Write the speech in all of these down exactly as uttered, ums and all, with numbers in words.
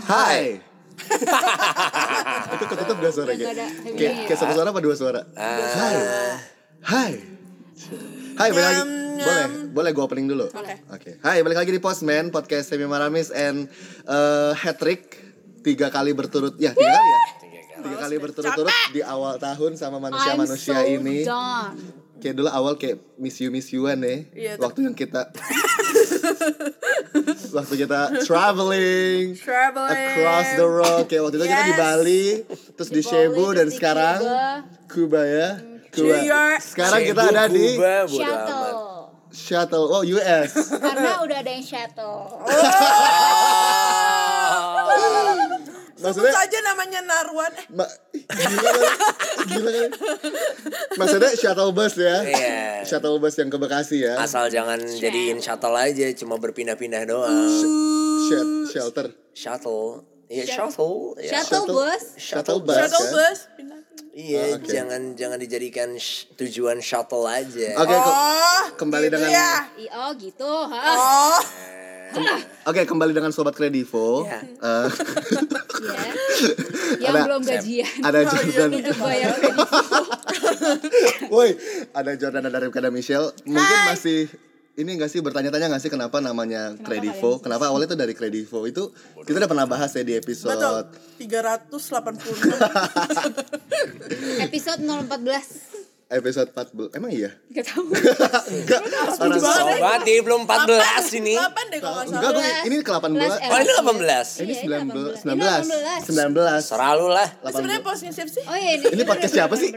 Hai. Itu ketutup gak suara kayak? Kayak kayak satu suara apa dua suara? Hai. Hai. Hai, balik lagi. Boleh, boleh gue opening dulu. Oke. Okay. Okay. Hai, balik lagi di Postman Podcast Semi Maramis and uh, hat-trick tiga kali berturut. Ya, tiga kali ya. Tiga kali berturut-turut di awal tahun sama manusia-manusia so ini. Done. Kayak dulu awal kayak miss you miss you-an ya. Iya, waktu yang kita waktu kita traveling, traveling across the world. Kayak waktu itu yes. kita di Bali, terus di, di Cebu dan sekarang Kuba, Kuba ya. Kuba. Sekarang Cebu, kita ada Kuba, di Shuttle. Shuttle. Oh, U S. Karena udah ada yang shuttle. Oh. Maksudnya sebut saja namanya Narwan. Ma- gila kan? Gila kan? Maksudnya shuttle bus ya. Yeah. Shuttle bus yang ke Bekasi ya. Asal jangan Sh- jadiin shuttle aja, cuma berpindah-pindah doang. Sh- sh- shelter. Shuttle. Iya, shuttle. Yeah. Shuttle bus. Shuttle bus. Shuttle kan? bus. Iya, oh, okay. jangan jangan dijadikan sh- tujuan shuttle aja. Oke, okay, oh, kembali gitu dengan ya. Oh, gitu. Ha? Oh. Kem- Oke, okay, kembali dengan Sobat Kredivo. Yeah. Uh, yeah. Yang ada, belum gajian. Ada Jordan. Untuk bayar Kredivo. Woi, ada Jordan dan Rifka dan Michelle. Mungkin Hai. masih ini nggak sih bertanya-tanya nggak sih kenapa namanya kenapa Kredivo? Kenapa awalnya itu dari Kredivo? Itu kita udah pernah bahas ya di episode Betul. tiga ratus delapan puluh episode nol empat belas. Episode empat belas. Emang iya? Gak tahu. Enggak. Orang sobat dia belum empat belas ini. delapan deh kalau enggak salah. Enggak, ini ke delapan belas. Oh, ini delapan belas. Ini sembilan belas. sembilan belas. sembilan belas. Selalu lah. Sebenarnya posnya siapa sih? Oh iya, ini. Ini podcast siapa sih?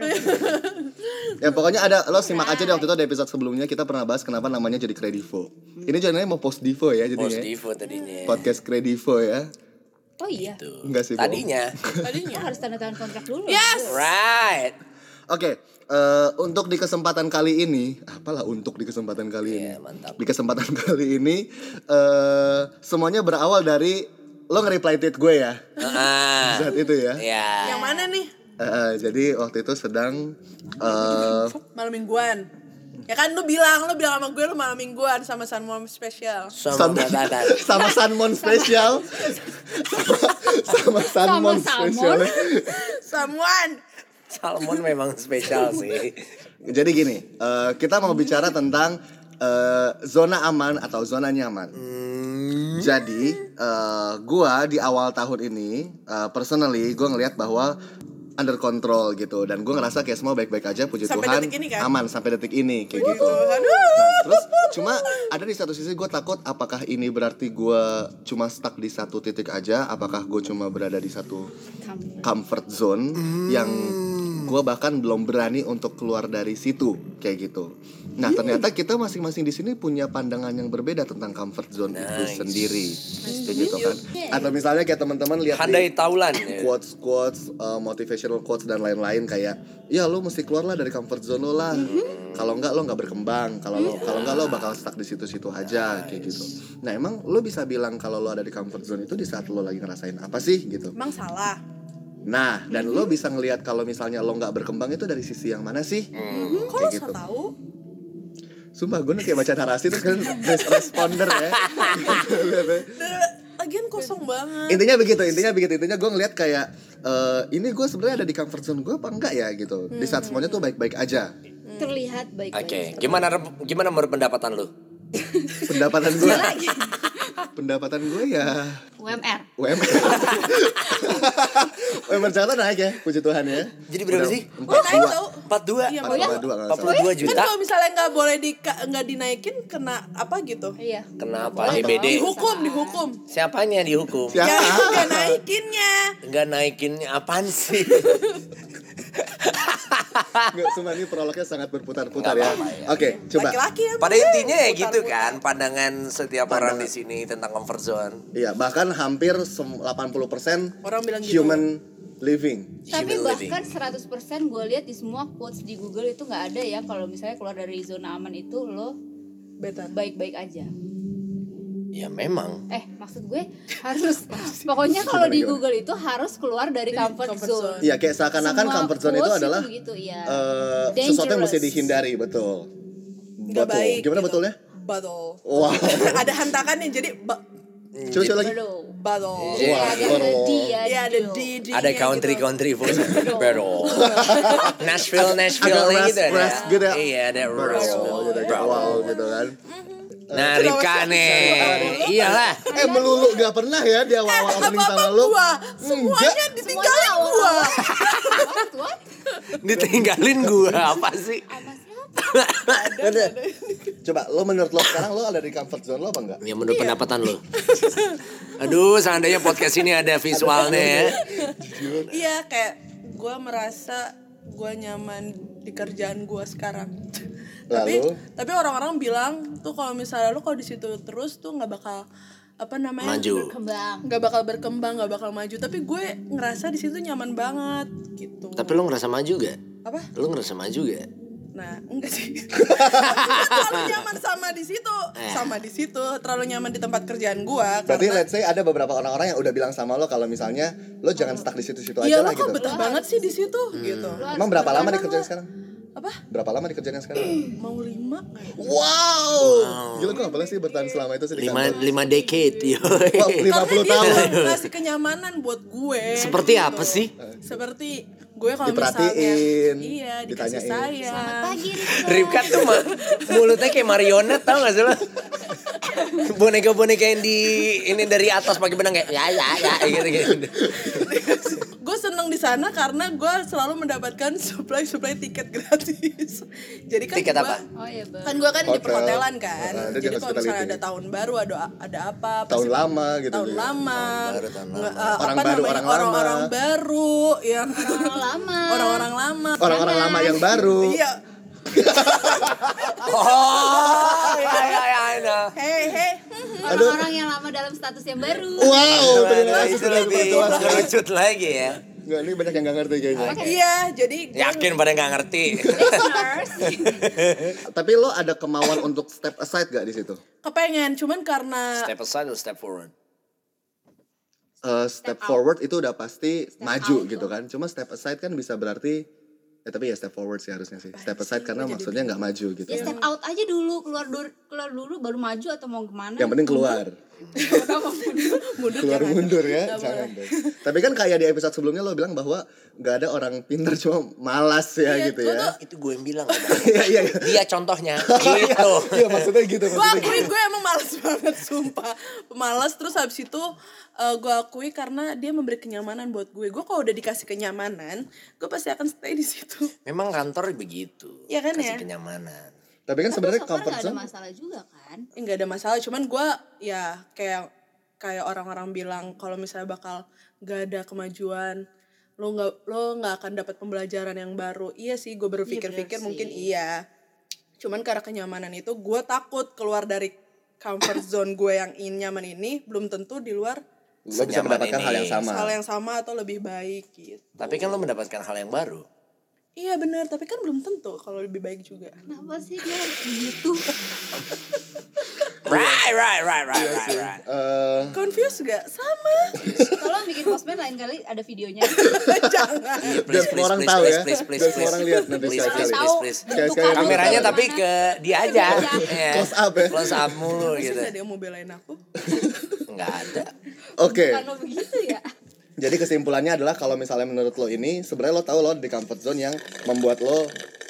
Ya pokoknya ada, lo simak aja deh waktu itu di episode sebelumnya kita pernah bahas kenapa namanya jadi Kredivo. Ini jadinya mau Post Divo ya jadinya. Post Divo tadinya. Podcast Kredivo ya. Oh iya. Gitu. Enggak sih. Tadinya. Tadinya harus tanda tangan kontrak dulu. Yes. Right. Oke, okay, uh, untuk di kesempatan kali ini, apalah untuk di kesempatan kali yeah, ini. Mantap. Di kesempatan kali ini, uh, semuanya berawal dari lo nge-reply tweet gue ya. Uh, Saat itu ya. Yeah. Yang mana nih? Uh, jadi waktu itu sedang uh, malam mingguan. Ya kan lu bilang, lu bilang sama gue lu malam mingguan sama Sunmon Special. Sama sama Sunmon Special. sama Sunmon Special. Someone. Salmon memang spesial sih. Jadi gini, uh, kita mau bicara tentang uh, zona aman atau zona nyaman. Hmm. Jadi, uh, gua di awal tahun ini, uh, personally, gua ngelihat bahwa under control gitu, dan gue ngerasa kayak semua baik-baik aja, puji sampai Tuhan kan? aman sampai detik ini kayak gitu. Nah, terus cuma ada di satu sisi gue takut apakah ini berarti gue cuma stuck di satu titik aja, apakah gue cuma berada di satu comfort zone hmm. yang gue bahkan belum berani untuk keluar dari situ kayak gitu. Nah ternyata kita masing-masing di sini punya pandangan yang berbeda tentang comfort zone nice. Itu sendiri, kayak gitu kan. Atau misalnya kayak teman-teman lihat handai taulan quotes quotes uh, motivational quotes dan lain-lain kayak, ya lo mesti keluar lah dari comfort zone lo lah. Mm-hmm. Kalau enggak lo nggak berkembang. Kalau lo kalau enggak lo bakal stuck di situ-situ aja kayak gitu. Nah emang lo bisa bilang kalau lo ada di comfort zone itu di saat lo lagi ngerasain apa sih gitu? Emang salah. Nah, dan mm-hmm. lo bisa ngelihat kalau misalnya lo nggak berkembang itu dari sisi yang mana sih? Mm-hmm. Kok lo gitu. So tahu? Sumpah gue nih kayak baca narasi terus kan responder ya. Lagian kosong banget. Intinya begitu, intinya begitu, intinya gue ngelihat kayak uh, ini gue sebenarnya ada di comfort zone gue apa enggak ya gitu. Hmm. Di saat semuanya tuh baik-baik aja. Hmm. Terlihat baik-baik. Oke, okay. gimana gimana menurut pendapatan lu? Pendapatan gue. Pendapatan gue ya U M R. U M R. U M R Jakarta naik ya, puji Tuhan ya. Jadi berapa sih? empat puluh dua. empat puluh dua. Iya, empat puluh dua juta. Kan kalau misalnya enggak boleh di enggak dinaikin kena apa gitu? Iya. Kenapa? H B D. Dihukum, dihukum. Siapanya dihukum? Siapa? Ya, enggak naikinnya. Enggak naikinnya apaan sih? Nggak, cuma ini prolognya sangat berputar-putar ya. ya. Oke, okay, coba. Laki-laki ya. Pada intinya ya gitu kan, pandangan setiap pandangan. Orang di sini tentang comfort zone. Iya, bahkan hampir delapan puluh persen orang bilang human gitu. living. Tapi human bahkan living. seratus persen gue lihat di semua quotes di Google itu nggak ada ya kalau misalnya keluar dari zona aman itu lo better baik-baik aja. Ya memang. Eh maksud gue harus pokoknya kalau di Google itu harus keluar dari comfort, comfort zone. Iya kayak seakan-akan semua comfort zone itu adalah itu begitu, ya. uh, sesuatu yang mesti dihindari, betul. Gak baik. Gimana gitu. Betulnya? Betul. Wow. Ada hentakannya jadi ba- coba lagi. Betul. battle. Iya, Iya, ada Battle. D ya. Iya ada D D. Ada country country voice. Battle. Nashville Nashville Agak gitu ada. ras gitu ya. Iya ada Bro, ras. gitu, wow gitu kan. Nah Ripka nih. Iyalah. Eh melulu gak pernah ya di awal-awal opening sama Apa-apa lu. gua, semuanya ditinggalin gua. What? What? Ditinggalin gua apa sih? Apa sih? Ada. Coba lo menurut lo sekarang lo ada di comfort zone lo apa enggak? Ya menurut pendapatan lo. Aduh, seandainya podcast ini ada visualnya ya. Iya kayak gua merasa gua nyaman di kerjaan gua sekarang. tapi Lalu? tapi orang-orang bilang tuh kalau misalnya lu kalau di situ terus tuh nggak bakal apa namanya Maju. Kembang. nggak bakal berkembang nggak bakal maju tapi gue ngerasa di situ nyaman banget gitu. Tapi lo ngerasa maju gak? Apa? Lo ngerasa maju gak? Nah enggak sih. Terlalu nyaman sama di situ sama di situ terlalu nyaman di tempat kerjaan gue. Berarti let's say ada beberapa orang-orang yang udah bilang sama lo kalau misalnya lo jangan stuck di situ-situ iya aja lo lah kok gitu. betah banget sih di situ gitu. Emang berapa lama di kerjaan sekarang? Apa? Berapa lama di kerjaan sekarang? Mau lima kayak. Wow. Gila kok boleh sih bertahan selama itu sih di Lima, kantor? lima decade yo. Wow, lima puluh Karena dia tahun. ngasih kenyamanan buat gue. Seperti gitu. apa sih? Seperti gue kalau Diperhatiin, misalnya iya dikasih ditanyain. Selamat sayang. pagi Ripka. Ripka tuh mah mulutnya kayak marionet tau gak sih lo? Boneka-boneka yang di ini dari atas pakai benang kayak ya ya ya gitu gitu. Gue seneng di sana karena gue selalu mendapatkan supply supply tiket gratis. Jadi kan Tiket gua, apa? Oh iya bang. kan gue kan di Hotel. perhotelan kan. Ah, dia di Jadi kalau misalnya hospitality. ada tahun baru ada ada apa? Tahun pasti- lama gitu. Tahun dia. lama. Tahun baru, tahun Nge- lama. eh, Orang apa baru, namanya, orang lama. orang-orang baru yang Orang lama. orang-orang lama. Orang-orang lama yang baru. Iya. Oh ya ya ya I know. Hei hei. Orang-orang yang lama dalam status yang baru. Wow, terima Nah, kasih itu sudah lebih diperjelas. kerucut lagi ya. Enggak, ini banyak yang gak ngerti kayaknya. Iya, jadi gua- Yakin pada nggak ngerti. Listeners. Tapi lo ada kemauan untuk step aside gak di situ? kepengen, cuman karena Step aside atau step forward? Uh, step, Step out. forward itu udah pasti Step maju out gitu tuh. kan. Cuma step aside kan bisa berarti ya tapi ya step forward sih harusnya sih. Step aside karena maksudnya nggak maju gitu. Ya step out aja dulu, keluar dulu, keluar dulu baru maju atau mau kemana? Yang penting keluar. mundur keluar jangan. mundur ya, Nggak jangan deh. Tapi kan kayak di episode sebelumnya lo bilang bahwa nggak ada orang pintar cuma malas ya Iya, gitu lo ya. tuh- Itu gue yang bilang. Iya iya. iya. Dia contohnya gitu. Iya maksudnya gitu. Gue Maksudnya akui gitu. gue emang malas banget sumpah. Malas terus habis itu uh, gue akui karena dia memberi kenyamanan buat gue. Gue kalau udah dikasih kenyamanan, gue pasti akan stay di situ. Memang kantor begitu. Iya kan Kasih ya? kenyamanan. Tapi kan Tapi sebenarnya so far comfort nggak ada zone. masalah juga kan? Enggak ada masalah, cuman gue ya kayak kayak orang-orang bilang kalau misalnya bakal gak ada kemajuan, lo nggak lo nggak akan dapat pembelajaran yang baru. Iya sih, gue Iya, berpikir-pikir bener mungkin sih. iya. Cuman karena kenyamanan itu, gue takut keluar dari comfort zone gue yang in nyaman ini, belum tentu di luar Lo bisa Senyaman mendapatkan ini. hal yang sama. hal yang sama atau lebih baik gitu. Tapi kan lo mendapatkan hal yang baru. Iya benar, tapi kan belum tentu kalau lebih baik juga. Kenapa sih dia harus begitu? Right, right, right, right, right, right. Eh, Confused gak? Sama. Tolong bikin postman lain kali ada videonya. Jangan. biar semua orang tahu ya. please, please, Biar please. semua orang lihat nanti Please, sekali-kali. please, Tahu please. Sekali-sekali. bentukannya Kameranya gimana. tapi ke dia aja. Iya. Close up ya. Close up mulu Masa gitu. gak ada yang mau belain aku? Enggak ada. Oke. Bukan lo begitu ya? Jadi kesimpulannya adalah kalau misalnya menurut lo ini sebenarnya lo tahu lo di comfort zone yang membuat lo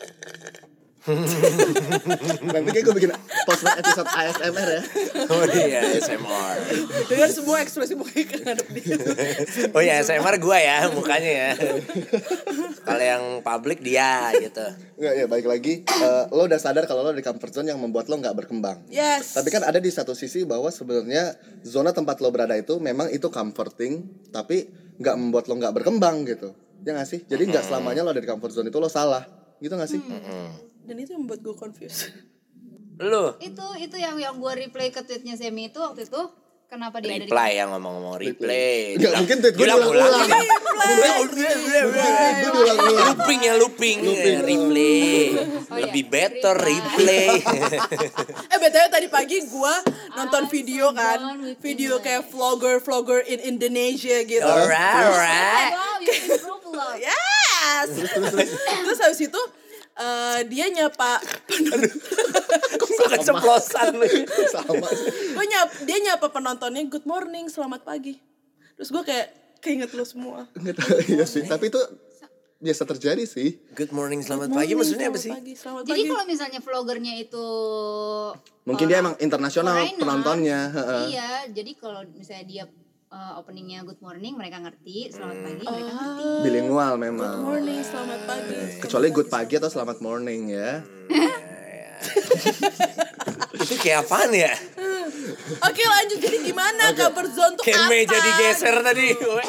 nanti kayak gue bikin post episode A S M R ya. Oh iya, S M R. Dengan semua ekspresi mukanya kan ngadep dia. Oh iya, S M R gua ya mukanya ya. Kalau yang public dia gitu. Nggak ya baik lagi eh, lo udah sadar kalau lo di comfort zone yang membuat lo nggak berkembang. Yes. Tapi kan ada di satu sisi bahwa sebenarnya zona tempat lo berada itu memang itu comforting tapi nggak membuat lo nggak berkembang gitu. Ya nggak sih? Jadi nggak selamanya lo ada di comfort zone itu lo salah. Gitu gak sih? Dan itu yang membuat gue confused. Lu Itu itu yang yang gue reply ke tweetnya Semi itu waktu itu kenapa dia ada di reply ya ngomong-ngomong replay. Nggak mungkin tweet gue diulang-ulang. diulang-ulang. Gue diulang-ulang. Looping ya looping, replay. Oh, iya. Lebih better replay. Eh B T W tadi pagi gue nonton I'm video so kan. done with Video you, kayak vlogger-vlogger in Indonesia gitu. Alright, alright. Wow, you improve a lot. Yes. Terus habis itu eh, dia nyapa Kok gua Ceplosan lu. Sama. Gue nyap, dia nyapa penontonnya good morning, selamat pagi. Terus gue kayak keinget lu semua. Nggak tahu, iya sih. Tapi itu biasa terjadi sih. Good morning, selamat Good pagi morning, maksudnya apa selamat sih? Pagi, selamat Jadi pagi. kalau misalnya vlogernya itu Mungkin uh, dia emang internasional foreigner, penontonnya. heeh. Iya, jadi kalau misalnya dia uh, openingnya good morning mereka ngerti, selamat pagi mereka Ah. ngerti. Bilingual Good memang. morning, selamat pagi. Kecuali good pagi atau selamat morning ya. Itu kayak apaan ya? Oke lanjut, jadi gimana cover zone tuh Kayak apa? meja digeser tadi.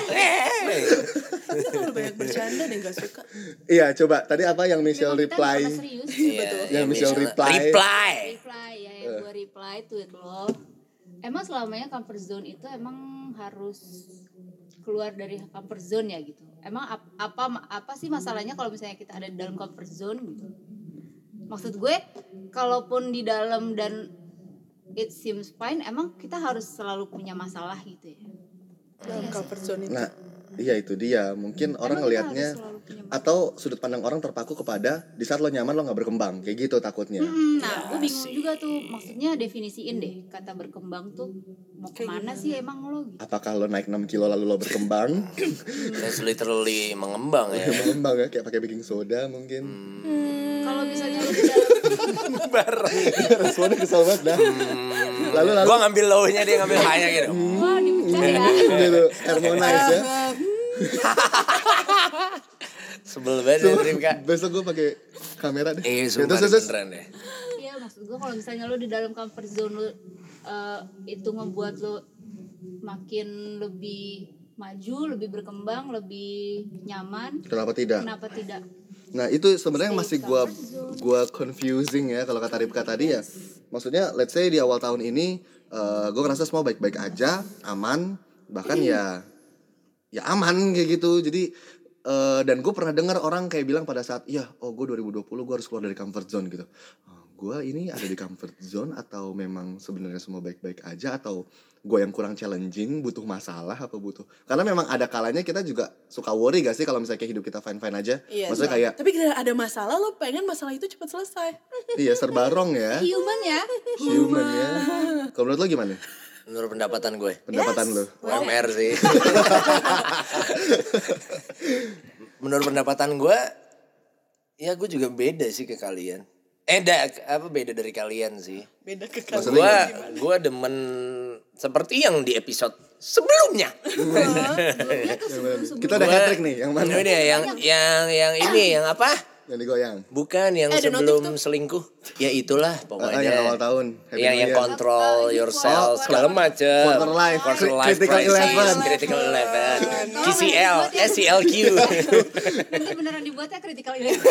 Kita terlalu banyak bercanda deh, gak suka. Iya, coba tadi apa yang Michelle Memang kita nggak reply? pernah serius. Iya, Yang iya, Michelle misalnya- reply. Reply. Reply ya yang gue reply tweet lo. Emang selamanya comfort zone itu emang harus keluar dari comfort zone ya gitu. Emang ap- apa apa sih masalahnya kalau misalnya kita ada di dalam comfort zone gitu? Maksud gue kalaupun di dalam dan it seems fine, emang kita harus selalu punya masalah gitu ya. Dalam cover zone itu. Nah, iya itu dia. Mungkin orang Emang kita ngelihatnya harus selalu punya masalah. atau sudut pandang orang terpaku kepada di saat lo nyaman lo nggak berkembang, kayak gitu takutnya. Hmm, nah, gue bingung juga tuh, maksudnya definisiin deh kata berkembang tuh mau kemana sih emang lo gitu? Apakah lo naik enam kilo lalu lo berkembang? That's literally mengembang ya. Berkembang ya, kayak pakai baking soda mungkin. Kalau misalnya lo di dalam Bareng. Responnya kesel banget dah. Lalu lalu Gua ngambil low-nya, dia ngambil high-nya gitu. wah dipecah ya. gitu, harmonize ya. Sebel banget ya, Rifka. Besok gue pakai kamera deh. Eh, Terus, sumpah terus, terus. beneran deh. Iya, maksud gue kalau misalnya lo di dalam comfort zone lo uh, itu ngebuat lo makin lebih maju, lebih berkembang, lebih nyaman. Kenapa tidak? Kenapa tidak? Nah itu sebenarnya yang masih gue gua confusing ya kalau kata Ripka tadi ya. Maksudnya let's say di awal tahun ini uh, gue ngerasa semua baik-baik aja, aman, bahkan ya ya aman kayak gitu. Jadi uh, dan gue pernah dengar orang kayak bilang pada saat ya oh gue dua ribu dua puluh gue harus keluar dari comfort zone gitu. Oh, gue ini ada di comfort zone atau memang sebenarnya semua baik-baik aja atau gue yang kurang challenging, butuh masalah apa butuh? Karena memang ada kalanya kita juga suka worry gak sih kalau misalnya kayak hidup kita fine-fine aja. Iya, Maksudnya sih. kayak Tapi ketika ada masalah lo pengen masalah itu cepat selesai. iya serbarong ya, Human ya. human ya. Kalau menurut lo gimana? Menurut pendapatan gue. Pendapatan Yes. lo? U M R sih. Menurut pendapatan gue, ya gue juga beda sih ke kalian. Eh, da, apa beda dari kalian sih? Beda ke Maksudnya Gue, kalian. gue demen seperti yang di episode sebelumnya. Kita udah Gua- hat trick nih, yang mana? Ini ya, yang yang yang ini yang apa? Yang digoyang. Bukan yang Eh, ada sebelum notif tuh. selingkuh. Ya itulah Ah, pokoknya. yang awal tahun. Happy yang New yang Year. control yourself Oh, segala macam. Quarter life, Quarter Cri- life critical crisis, eleven. critical eleven, Oh, K C L, maksudnya- S C L Q. Nanti beneran dibuatnya critical illness.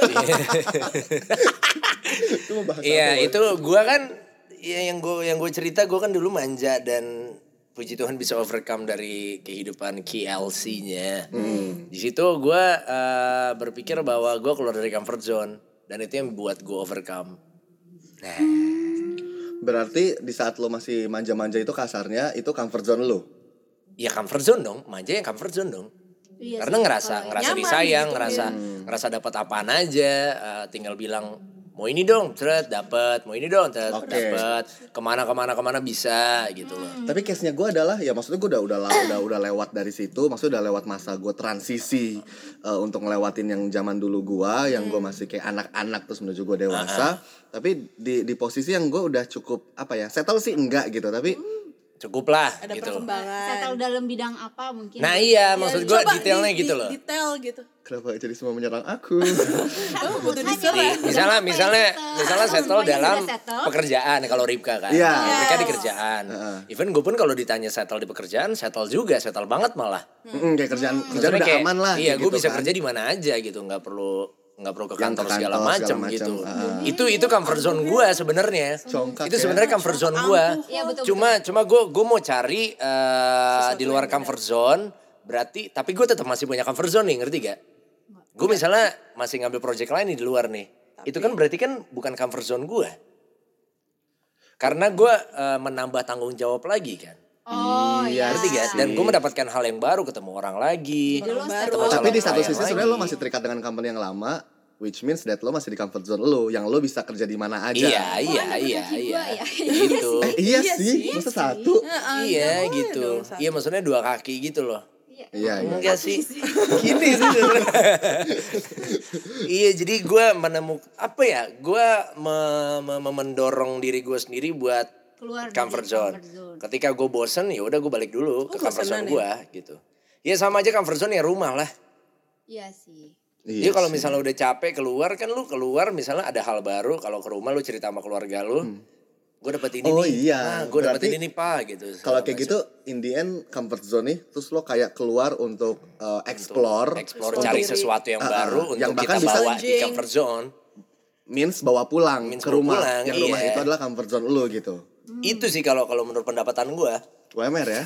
Itu mau bahas Iya, apa, Boy? itu gua kan ya yang gua yang gua cerita gua kan dulu manja dan puji Tuhan bisa overcome dari kehidupan K L C-nya. Hmm. Di situ gue uh, berpikir bahwa gue keluar dari comfort zone dan itu yang buat gue overcome. Nah, Berarti di saat lo masih manja-manja itu kasarnya itu comfort zone lo. ya comfort zone dong, manja yang comfort zone dong. Iya Karena sih, ngerasa kalau ngerasa nyaman disayang, gitu, ngerasa ngerasa dapat apaan aja, uh, tinggal bilang mau ini dong, tret dapat, mau ini dong, tret Oke. dapat, kemana kemana kemana bisa gitu loh. Tapi case-nya gue adalah ya maksudnya gue udah udah la- udah udah lewat dari situ, maksudnya udah lewat masa gue transisi uh, untuk ngelewatin yang zaman dulu gue, yang gue masih kayak anak-anak terus menuju gue dewasa. Tapi di di posisi yang gue udah cukup apa ya, settle sih enggak gitu, tapi Cukup lah Ada gitu. perkembangan. settle dalam bidang apa mungkin. Nah iya, Ya, maksud gue coba detailnya di- gitu di- loh. Detail gitu. kenapa jadi semua menyerang aku? Kamu butuh Makanya. diserang. Nih, misalnya Jangan misalnya settle. misalnya settle Semuanya dalam sudah settle. pekerjaan kalau Ripka kan. Iya. Ripka di Yes. kerjaan. Heeh. Even gue pun kalau ditanya settle di pekerjaan, settle juga, settle banget malah. Mm, kayak kerjaan kerjaan Maksudnya udah kayak, aman lah. Iya, kayak gue gitu bisa kan. kerja di mana aja gitu, nggak perlu nggak perlu ke Yang kantor, ke kantor segala segala macam macam. gitu. Ah. Itu itu comfort zone gue sebenarnya. Congkak Itu ya. sebenarnya comfort zone gue. Iya, betul, Cuma cuma gue gue mau cari eh, di luar comfort zone, berarti tapi gue tetap masih punya comfort zone nih, ngerti gak? Gue misalnya masih ngambil project lain nih di luar nih. Itu kan berarti kan bukan comfort zone gue. Karena gue eh, menambah tanggung jawab lagi kan. Oh iya. Ngerti gak? Dan gue mendapatkan hal yang baru, ketemu orang lagi. Jadi lo Baru. settle. Ketemu Tapi di calon satu klien sisi sebenarnya lo lagi. masih terikat dengan company yang lama, which means that lo masih di comfort zone lo, yang lo bisa kerja di mana aja. Iya, Oh, iya, ada iya, kaki iya. gua ya. Gitu. Eh, iya, Iya sih, sih. masa satu? Heeh, Iya nggak boleh gitu. dong, satu. Iya maksudnya dua kaki gitu loh. Iya. Iya, iya. Enggak sih. Gini sih sebenarnya. Iya, jadi gue menemukan apa ya? Gue me- me- me- mendorong diri gue sendiri buat Keluar dari comfort zone. comfort zone. Ketika gue bosen ya udah gue balik dulu ke comfort zone bosenan gue gitu. Ya sama aja comfort zone ya rumah lah. Iya sih. Jadi Iya kalau sih. misalnya udah capek keluar kan lu keluar misalnya ada hal baru, kalau ke rumah lu cerita sama keluarga lu. Gue dapet ini Oh nih. iya, Nah, gue dapet berarti ini nih Pak gitu. Kalau segala kayak macam. gitu, in the end comfort zone nih, terus lo kayak keluar untuk uh, explore, Explore Untuk cari diri. sesuatu yang Ah, baru ah. untuk Yang kita bahkan bisa- bawa di Challenging. comfort zone. means bawa pulang Means ke bawa rumah. pulang, Yang rumah iya. itu adalah comfort zone lo gitu. Itu sih kalau kalau menurut pendapatan gue. U M R ya?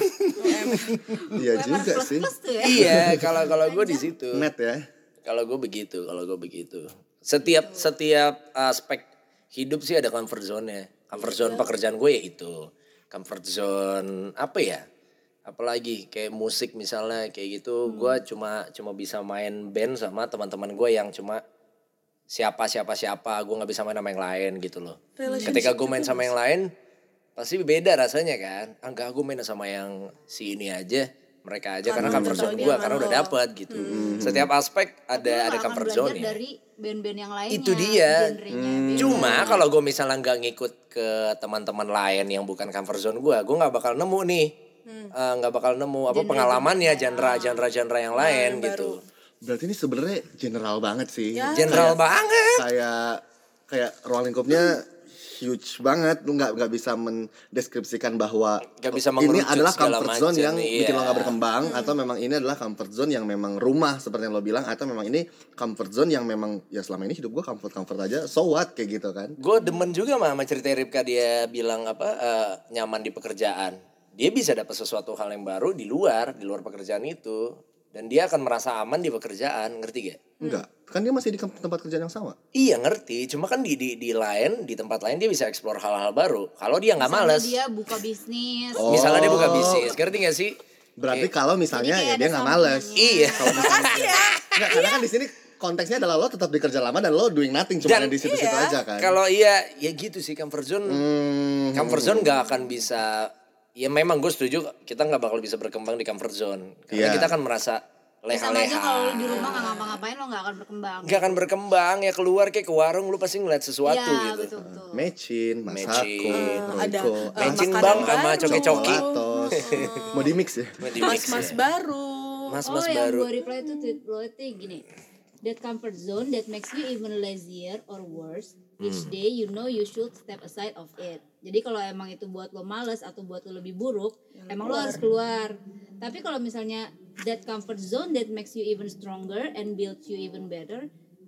Iya juga plus, sih. plus tuh ya. Iya, kalau kalau gue di situ. Net ya. Kalau gue begitu, kalau gue begitu. Setiap setiap aspek hidup sih ada comfort zone-nya. Comfort zone pekerjaan gue ya itu. Comfort zone apa ya? Apalagi kayak musik misalnya kayak gitu, gue cuma cuma bisa main band sama teman-teman gue yang cuma siapa siapa siapa, gue nggak bisa main sama yang lain gitu loh. Ketika gue main sama yang lain, pasti beda rasanya kan. Ah, enggak, gue main sama yang si ini aja, mereka aja karena, Karena comfort udah zone tahu gue dia karena mana udah lo. dapet gitu. Setiap aspek Lo ada ada akan comfort belajar zone ya. dari band-band yang lainnya. Itu dia. genrenya beda. Cuma kalau gue misalnya nggak ngikut ke teman-teman lain yang bukan comfort zone gue, gue nggak bakal nemu nih, Eh, nggak bakal nemu apa Genre-genre pengalamannya, yang genre genre genre yang lain yang gitu. Berarti ini sebenarnya general banget sih. Ya. General Kayak- banget. Kayak kayak ruang lingkupnya huge banget. Lu nggak nggak bisa mendeskripsikan bahwa Nggak bisa ini mengerucut adalah segala comfort zone macam, yang iya. bikin lo nggak berkembang, atau memang ini adalah comfort zone yang memang rumah seperti yang lo bilang, atau memang ini comfort zone yang memang ya selama ini hidup gue comfort comfort aja, so what kayak gitu kan. Gue demen juga sama, sama cerita Ripka, dia bilang apa eh, nyaman di pekerjaan. Dia bisa dapat sesuatu hal yang baru di luar, di luar pekerjaan itu, dan dia akan merasa aman di pekerjaan, ngerti gak? Enggak, kan dia masih di kem- tempat kerjaan yang sama. Iya ngerti, cuma kan di di di lain, di tempat lain dia bisa explore hal-hal baru. Kalau dia nggak Misalnya males, dia buka bisnis. Oh. misalnya dia buka bisnis, ngerti gak sih? Berarti Eh, kalau misalnya Jadi ya kayak dia ada nggak sambungannya. males. Iya. Kalau misalnya Nggak, karena kan di sini konteksnya adalah lo tetap di kerja lama dan lo doing nothing, cuma Dan ada di situ-situ iya. aja kan. Kalau iya, ya gitu sih comfort zone. Hmm. Comfort zone gak akan bisa. Ya memang gue setuju kita nggak bakal bisa berkembang di comfort zone karena Iya. kita akan merasa Ya sama aja kalau lu di leha-leha. rumah nggak ngapa-ngapain lo nggak akan berkembang. Gak akan berkembang, ya keluar kayak ke warung lu pasti ngeliat sesuatu Iya, gitu. betul betul. Mecin, Masako, Mecin. ada, Royco, eh, Mecin makanan bang sama baru. coki-coki. Latos. Mau di mix ya? Di mix Mas-mas ya. baru. Mas-mas oh, yang baru. gue reply itu tweet lo itu gini. That comfort zone that makes you even lazier or worse. Each Hmm. day you know you should step aside of it. Jadi kalau emang itu buat lo males atau buat lo lebih buruk, emang lo harus keluar. Tapi kalau misalnya that comfort zone that makes you even stronger and builds you even better,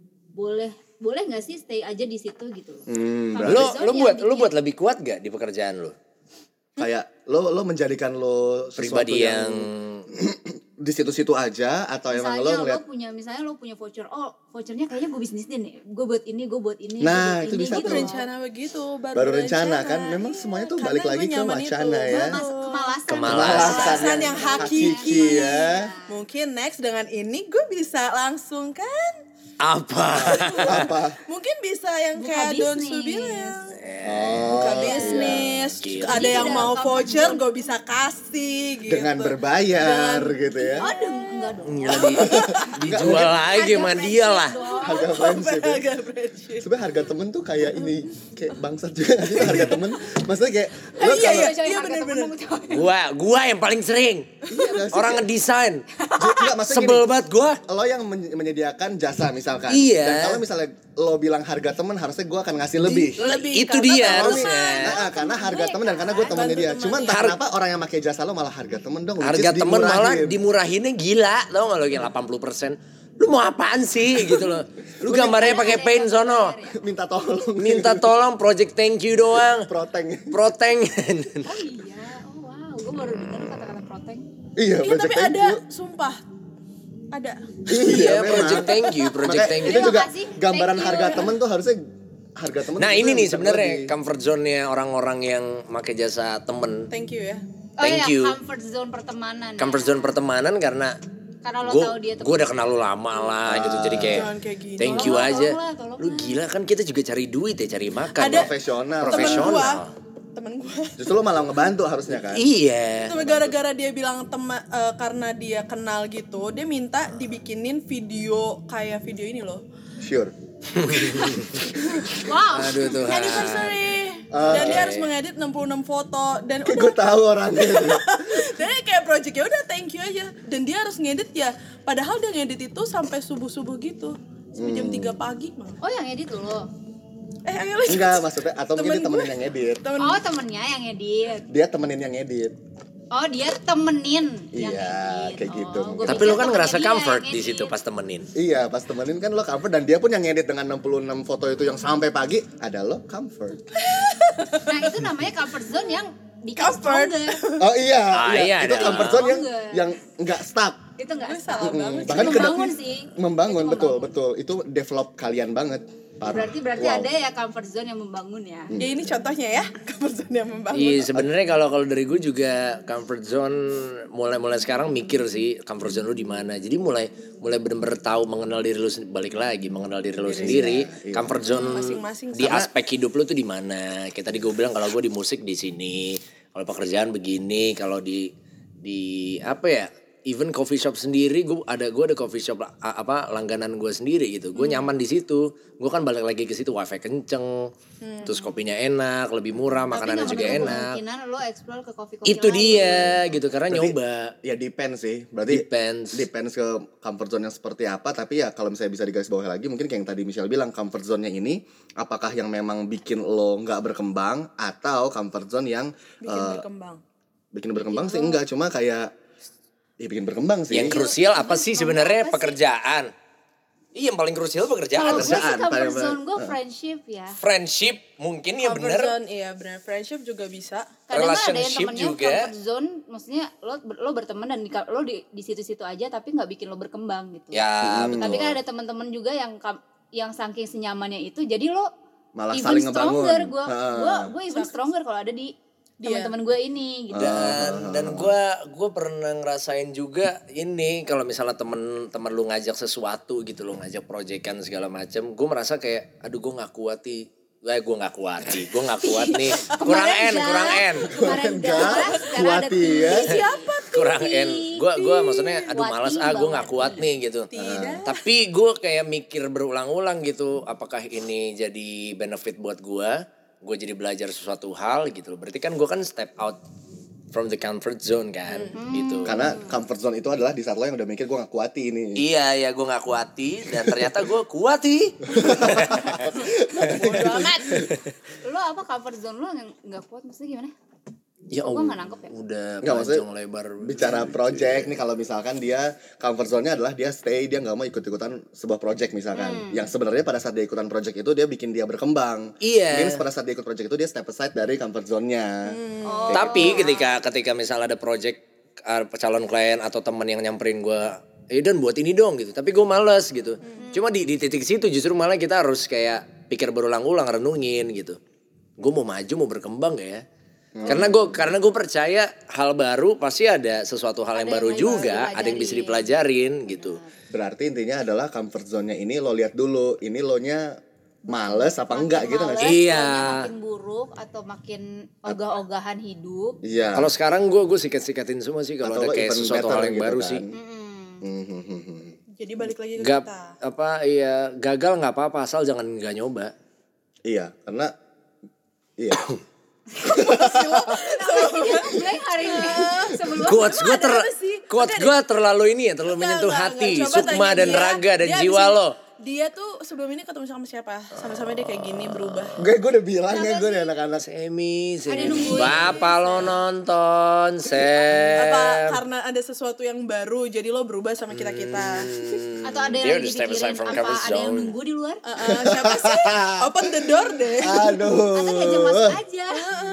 boleh boleh nggak sih stay aja di situ gitu? Hmm, Comfort Lu zone lu yang buat lu bikin- buat lebih kuat gak di pekerjaan lu? Kayak lo lo menjadikan lo sesuatu Pribadi yang, yang di situ-situ aja, atau emang misalnya lo lo, ngeliat punya misalnya lo punya voucher, oh vouchernya kayaknya gue bisnisin nih, gue buat ini gue buat ini Nah, gue buat itu ini, bisa Gue gitu. tuh. berencana begitu, baru, Baru rencana kan, Iya, memang semuanya tuh karena balik gue lagi ke nyaman wacana itu. ya. Mas, kemalasan Kemalasan. Kemalasan yang hakiki ya. Mungkin next dengan ini gue bisa langsung kan. apa? Apa? Mungkin bisa yang Buka kayak Don Su bisnis. bilang. Oh, Buka bisnis. Gila. Ada yang Jadi mau tidak voucher comfort gue bisa kasih gitu. dengan berbayar gitu ya. Aduh, enggak dong. Nggak di, dijual lagi sama dia lah. Harga friendship ya. Agak friendship. Sebenarnya harga temen tuh kayak ini, kayak bangsat juga nggak sih harga temen. Maksudnya kayak lo iya, kalau iya. Coy, harga bener-bener. temen kamu, coy. Gua gua yang paling sering. Iya nggak sih? Orang ngedesain. J- nggak, maksudnya Sebel gini, banget gua. lo yang men- menyediakan jasa misalkan. Iya. Dan kalau misalnya lo bilang harga temen, harusnya gue akan ngasih lebih. Lebih Itu karena dia teman. harusnya. Ah, ah, karena harga temen dan karena gue temennya dia. Cuman entah Har- kenapa orang yang pakai jasa lo malah harga temen dong. which Harga is temen malah dimurahin. dimurahinnya gila. Tau gak lo yang delapan puluh persen. Lu mau apaan sih gitu loh. Lu gambarnya pakai paint sono. Minta tolong. Minta tolong project thank you doang. Proteng. Proteng. Oh iya, oh wow, gue baru dengar kata-kata proteng. Iya, Iya project tapi thank ada, you. sumpah. Ada. Iya, memang. project thank you, project Makanya thank itu you. juga Terima kasih, gambaran thank you. harga temen tuh harusnya harga temen. Nah tuh ini nih bisa sebenarnya lebih. comfort zone-nya orang-orang yang pakai jasa temen. Thank you ya. Oh Thank iya, you. comfort zone pertemanan. Comfort ya. zone pertemanan karena Karena lo Gue tahu dia temen. gue udah kenal lu lama lah gitu. Jadi kayak Jangan kayak gini. thank you Tolong, aja. tolonglah, tolonglah. Lu gila kan kita juga cari duit ya, cari makan. Ada- Profesional. Temen Profesional. gua, temen gua. Justru lo malah ngebantu harusnya kan. Iya. Tapi gara-gara dia bilang tema eh, karena dia kenal gitu, dia minta dibikinin video kayak video ini loh. Sure. Wow. Aduh Tuhan. Anniversary. Dan dia harus mengedit enam puluh enam foto dan Kayak udah gue tahu orangnya. dan dia kayak project ya udah thank you aja. Dan dia harus ngedit ya. Padahal dia ngedit itu sampai subuh-subuh gitu. Sampai jam tiga pagi mah. Oh yang edit lo. Eh ayo lanjut. Enggak, maksudnya atau mungkin dia Temen temenin yang edit. Temen Oh temennya yang edit. Dia temenin yang edit. Oh dia temenin yang Iya, edit. kayak gitu. Oh, gua Tapi pikir lu kan temennya ngerasa dia comfort yang di situ edit. pas temenin. Iya, pas temenin kan lo comfort dan dia pun yang ngedit dengan enam puluh enam foto itu yang sampai pagi, ada lo comfort. Nah itu namanya comfort zone yang bikin Comfort. stronger. Oh iya, Ah, iya, itu ada. comfort zone yang Stronger. yang enggak stuck. Itu nggak Gue salah. salah banget. Bahkan ke membangun sih. Membangun Itu betul, membangun. betul. Itu develop kalian banget. Parah. Berarti berarti Wow. ada ya comfort zone yang membangun ya. Ya ini contohnya ya, comfort zone yang membangun. Iya sebenarnya kalau kalau dari gue juga comfort zone mulai mulai sekarang mikir sih comfort zone lu di mana. Jadi mulai mulai benar-benar tahu mengenal diri lu sen- balik lagi mengenal diri lu sendiri. Comfort zone Masing-masing di sama. aspek hidup lu tuh di mana. Kayak tadi gue bilang kalau gue di musik di sini, kalau pekerjaan begini, kalau di di apa ya? Even coffee shop sendiri, gue ada gue ada coffee shop a- apa langganan gue sendiri gitu. Gue nyaman di situ. Gue kan balik lagi ke situ, wifi kenceng, terus kopinya enak, lebih murah, makanannya juga enak. Kemungkinan lo explore ke coffee-coffee Itu lain. dia gitu karena Berarti- nyoba. Ya depends sih. Berarti Depends. depends ke comfort zone yang seperti apa. Tapi ya kalau misalnya bisa digarisbawahi lagi, mungkin kayak yang tadi Michelle bilang, comfort zone-nya ini apakah yang memang bikin lo nggak berkembang atau comfort zone yang Bikin eh, berkembang. bikin berkembang sih enggak, cuma kayak ya bikin berkembang sih. Yang krusial apa sih sebenarnya pekerjaan? Iya yang paling krusial pekerjaan. Kalau gue sih Pekerjaan, comfort paling- zone gue friendship ya. Friendship mungkin ya Comfort bener. zone, iya benar. Friendship juga bisa. Kadang kan ada yang Relationship temennya juga. comfort zone, maksudnya lo lo berteman dan di, lo di di situ-situ aja tapi nggak bikin lo berkembang gitu. Ya betul. Tapi kan ada teman-teman juga yang kam- yang saking senyamannya itu jadi lo Malah even saling ngebangun. stronger gue Heeh. gue gue even stronger kalau ada di Dia. teman-teman gue ini gitu. Dan dan gue gue pernah ngerasain juga ini kalau misalnya temen-temen lu ngajak sesuatu gitu lo ngajak proyekan segala macem, gue merasa kayak aduh gue nggak kuat nih. Eh, gue gak kuat nih, gue gak kuat nih. Kurang N, kurang N. Kemarin gas, sekarang ada kuat ya. T. Siapa tuh? Kurang N. Gue gue maksudnya aduh Wati malas ah gue banget. gak kuat nih gitu. Tidak. Tapi gue kayak mikir berulang-ulang gitu, apakah ini jadi benefit buat gue? Gue jadi belajar sesuatu hal gitu. Berarti kan gue kan step out from the comfort zone kan, gitu. Karena comfort zone itu adalah di saat lo yang udah mikir gue gak kuati ini. Iya ya gue gak kuati dan ternyata gue kuati. Bodo amat. Lo apa comfort zone lo yang nggak kuat maksudnya gimana? Ya Gua Allah, nggak nangkep ya. udah Nggak, maksudnya panjang lebar. Bicara project nih, kalau misalkan dia comfort zone-nya adalah dia stay, dia nggak mau ikut-ikutan sebuah project misalkan. Yang sebenarnya pada saat dia ikutan project itu dia bikin dia berkembang. Iya. Mungkin pada saat dia ikut project itu dia step aside dari comfort zone-nya. Oh. Tapi ketika ketika misalnya ada project uh, calon klien atau teman yang nyamperin gue, eh dan buat ini dong gitu. Tapi gue males gitu. Cuma di, di titik situ justru malah kita harus kayak pikir berulang-ulang, renungin gitu. Gue mau maju, mau berkembang gak ya? Karena gue karena gue percaya hal baru pasti ada sesuatu hal yang Ada baru yang juga, harus ada yang bisa dipelajarin gitu. Berarti intinya adalah comfort zone-nya ini lo lihat dulu, ini lo nya males apa enggak gitu nggak Males, sih? Iya. makin buruk atau makin ogah-ogahan hidup. Iya. Kalau sekarang gue gue sikat-sikatin semua sih kalau Atau ada lo kayak even sesuatu better hal yang gitu baru kan. sih. Hmm, hmm, hmm, hmm. Jadi balik lagi ke Gak kita. apa iya gagal nggak apa-apa asal jangan nggak nyoba. Iya, karena iya. Mulai hari ini sebelum Quotes gue ter ada sih. quotes gue terlalu ini ya terlalu menyentuh Enggak, enggak, hati, enggak. Coba sukma tanya dan dia, raga dan dia jiwa abis- lo. Dia tuh sebelum ini ketemu sama siapa? Sama-sama dia kayak gini berubah. Gue gue udah bilang ya gue nih anak-anak. Semi, Ada semi. nungguin. Bapak lo nonton, Sem. Apa karena ada sesuatu yang baru jadi lo berubah sama kita-kita? atau ada Dia yang udah lagi step aside dipikirin from apa comfort ada yang zone. nunggu di luar? Uh, uh, siapa sih? Open the door deh. Aduh. Atau ngajak masuk aja?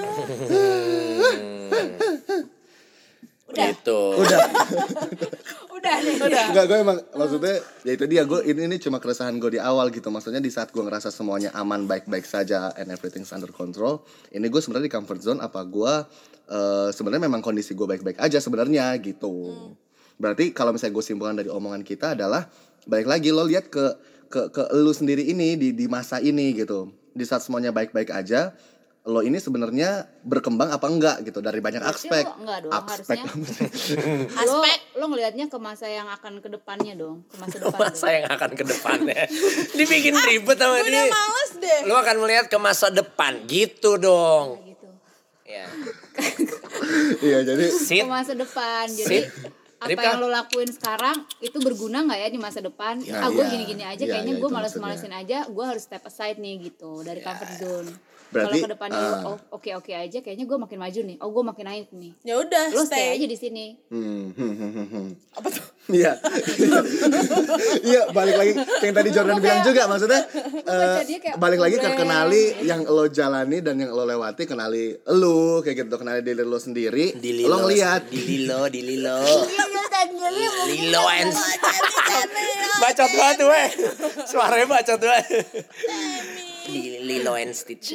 Udah, Gitu. Udah. udah deh. Udah. Enggak, gue emang maksudnya ya itu dia, gue ini ini cuma keresahan gue di awal gitu. Maksudnya di saat gue ngerasa semuanya aman, baik-baik saja and everything's under control, ini gue sebenarnya di comfort zone apa gue uh, sebenarnya memang kondisi gue baik-baik aja sebenarnya gitu. Berarti kalau misalnya gue simpulkan dari omongan kita adalah balik lagi lo lihat ke ke ke lu sendiri ini di di masa ini gitu. Di saat semuanya baik-baik aja, lo ini sebenarnya berkembang apa enggak gitu dari banyak Berarti aspek. lo enggak dong, aspek. Aspek lo, lo ngelihatnya ke masa yang akan ke depannya dong, ke masa depan. Masa yang akan ke depannya. Dibikin ribet sama Gue dia. udah males deh. Lo akan melihat ke masa depan gitu dong. Nah, gitu. Ya. Iya, jadi Sit. Ke masa depan. Jadi Sit. apa Ripka. yang lo lakuin sekarang itu berguna nggak ya di masa depan? Ya, ah gue iya. gini-gini aja, Iya, kayaknya iya, gue itu males-malesin aja, gue harus step aside nih gitu dari comfort zone. Berarti, Kalau ke depannya uh, lo oh oke oke aja, kayaknya gue makin maju nih. Oh gue makin naik nih. Ya udah, Lo stay stay. aja di sini. hmm, hmm, hmm, hmm, hmm. Apa tuh? Iya. Iya, balik lagi ke yang tadi Jordan Gua bilang kayak- juga maksudnya baca eh, dia kayak balik lagi ke blank. kenali yang lo jalani dan yang lo lewati, kenali lo kayak gitu, kenali diri lo sendiri. Di Lilo. Lo ngelihat Di Lilo, di Lilo. Lilo and bacot banget tuh, weh. Suaranya bacot banget. Di Lilo and Stitch.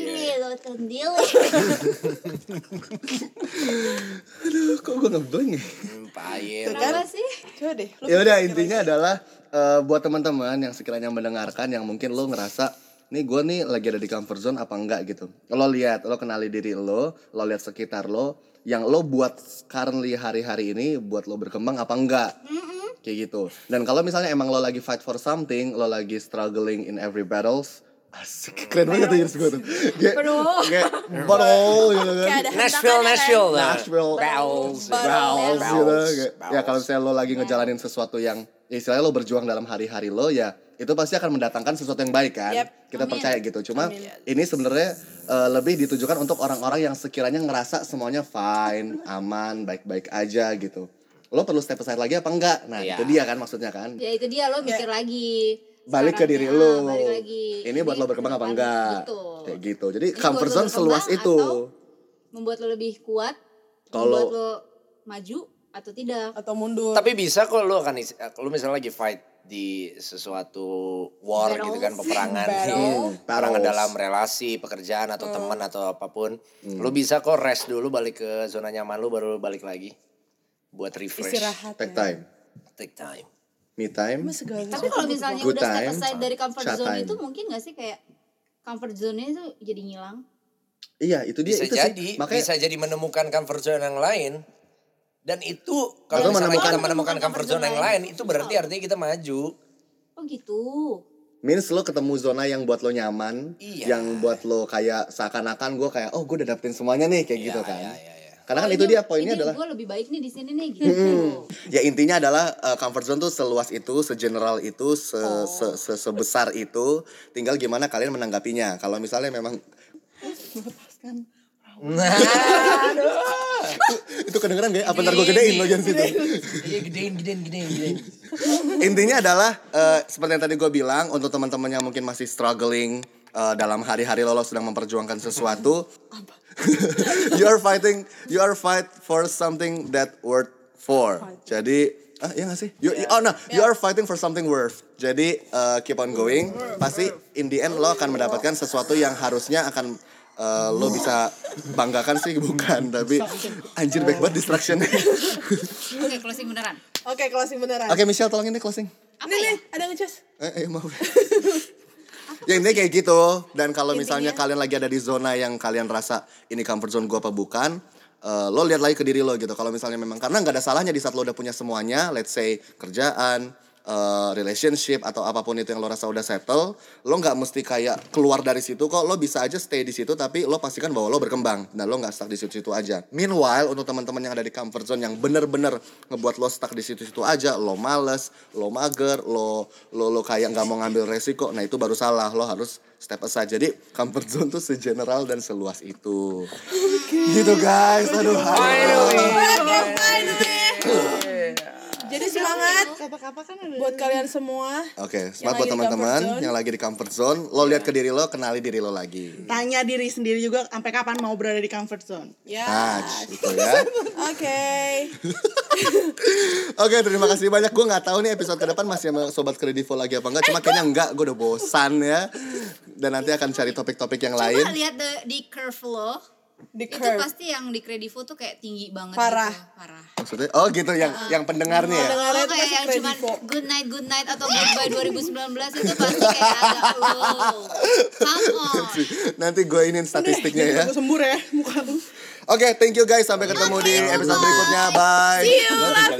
aduh kok gue ngeblank ya. Hmm, Pahit. Kenapa sih? Coba deh. lu Ya udah, pikir intinya lagi. adalah eh, buat teman-teman yang sekiranya mendengarkan yang mungkin lo ngerasa nih gue nih lagi ada di comfort zone apa enggak gitu. Lo lihat, lo kenali diri lo, lo lihat sekitar lo, yang lo buat currently hari-hari ini buat lo berkembang apa enggak. Kayak gitu. Dan kalau misalnya emang lo lagi fight for something, lo lagi struggling in every battles, asik, keren banget tuh jurus gue tuh. Kayak, kayak battle gitu kan. Kayak ada Nashville, hentakannya, Nashville. lah. Nashville Bells. Bells gitu. Bells. Kayak, Bells. ya kalau misalnya lo lagi ngejalanin sesuatu yang ya istilahnya lo berjuang dalam hari-hari lo, ya itu pasti akan mendatangkan sesuatu yang baik kan. Yep. Kita Amin. percaya gitu. Cuma Amin. ini sebenarnya eh, lebih ditujukan untuk orang-orang yang sekiranya ngerasa semuanya fine, aman, baik-baik aja gitu. Lo perlu step aside lagi apa enggak? Nah, Iya. itu dia kan maksudnya kan. Ya itu dia, lo mikir lagi. Balik ke Sekarang diri ya, lo. balik lagi. Ini buat lo berkembang apa depan. enggak? Betul. Kayak gitu. Jadi Ini comfort buat lo zone seluas berkembang itu. atau membuat lo lebih kuat, Kalau- membuat lo maju atau tidak. Atau mundur. Tapi bisa kok lo akan is- lo misalnya lagi fight di sesuatu war Battles. gitu kan, peperangan. Battle. Iya. Hmm, Peperangan battles. dalam relasi, pekerjaan atau teman atau apapun. Lo bisa kok rest dulu, balik ke zona nyaman lo, baru lo balik lagi buat refresh. Istirahat. Take ya. time. Take time. Me time. Emang segala Tapi kalau misalnya Good udah step time, aside dari comfort chat zone time. itu, mungkin gak sih kayak comfort zone-nya itu jadi ngilang? Iya, itu dia Bisa itu jadi, sih. Makanya bisa jadi menemukan comfort zone yang lain. Dan itu kalau Atau misalnya menemukan- kita menemukan comfort zone yang lain, itu berarti artinya kita maju. Oh gitu. means lo ketemu zona yang buat lo nyaman, Iya. yang buat lo kayak seakan-akan gue kayak oh gue udah dapetin semuanya nih kayak gitu Iya, kan. iya, iya, iya. Karena kan Oh, itu ini- dia poinnya ini adalah gue lebih baik nih di sini nih gitu. Hmm. Ya intinya adalah uh, comfort zone tuh seluas itu, segeneral itu, se, Oh. se, se- sebesar itu. Tinggal gimana kalian menanggapinya. Kalau misalnya memang Nah, itu kedengeran gak? ya? Apa ntar gue gedein lo jangan situ. iya gedein, gedein, gedein, gedein. Intinya adalah uh, seperti yang tadi gue bilang, untuk teman-teman yang mungkin masih struggling uh, dalam hari-hari lo, lo sedang memperjuangkan sesuatu. you are fighting, you are fight for something that worth for. Jadi ah iya gak sih? You, oh no, you are fighting for something worth. Jadi uh, keep on going. Pasti in the end lo akan mendapatkan sesuatu yang harusnya akan uh, lo bisa banggakan sih, bukan, tapi anjir baik banget distractionnya. Oke, closing beneran. Oke, closing beneran. Oke Michelle tolongin deh closing. Apa Nih, ya? nih, ada ngecas. Eh, eh maaf. Ya intinya kayak gitu. Dan kalau misalnya kalian lagi ada di zona yang kalian rasa ini comfort zone gue apa bukan, eh, lo lihat lagi ke diri lo gitu. Kalau misalnya memang karena nggak ada salahnya di saat lo udah punya semuanya, let's say kerjaan, eh, relationship atau apapun itu yang lo rasa udah settle, lo nggak mesti kayak keluar dari situ kok. Lo bisa aja stay di situ, tapi lo pastikan bahwa lo berkembang dan lo nggak stuck di situ-situ aja. Meanwhile untuk teman-teman yang ada di comfort zone yang bener-bener ngebuat lo stuck di situ-situ aja, lo males, lo mager, lo lo lo kayak nggak mau ngambil resiko, nah itu baru salah. Lo harus step aside. Jadi comfort zone tuh segeneral dan seluas itu. Gitu guys. Aduh. Jadi semangat Kapak-kapak kan ada. buat kalian semua. Oke, Yang semangat buat lagi di teman-teman comfort zone. yang lagi di comfort zone. Lo lihat ke diri lo, kenali diri lo lagi. Tanya diri sendiri juga sampai kapan mau berada di comfort zone. Ya. Nah, gitu ya. Oke. Oke, terima kasih banyak. Gue nggak tahu nih episode ke depan masih sama Sobat Kredivo lagi apa enggak. Cuma kayaknya enggak, gue udah bosan ya. Dan nanti akan cari topik-topik yang lain. Coba lihat the, di curve lo, Di itu curve. pasti yang di Kredivo tuh kayak tinggi banget Parah. gitu. Parah. Maksudnya oh gitu yang yang pendengarnya ya. Pendengarnya Oh, tuh kayak pasti yang cuman Kredivo. good night good night atau goodbye dua ribu sembilan belas itu pasti kayak agak low. Come on. Nanti gue inin statistiknya ya. Aku sembur ya muka lu. Oke, thank you guys. Sampai ketemu di episode berikutnya. Bye. See you.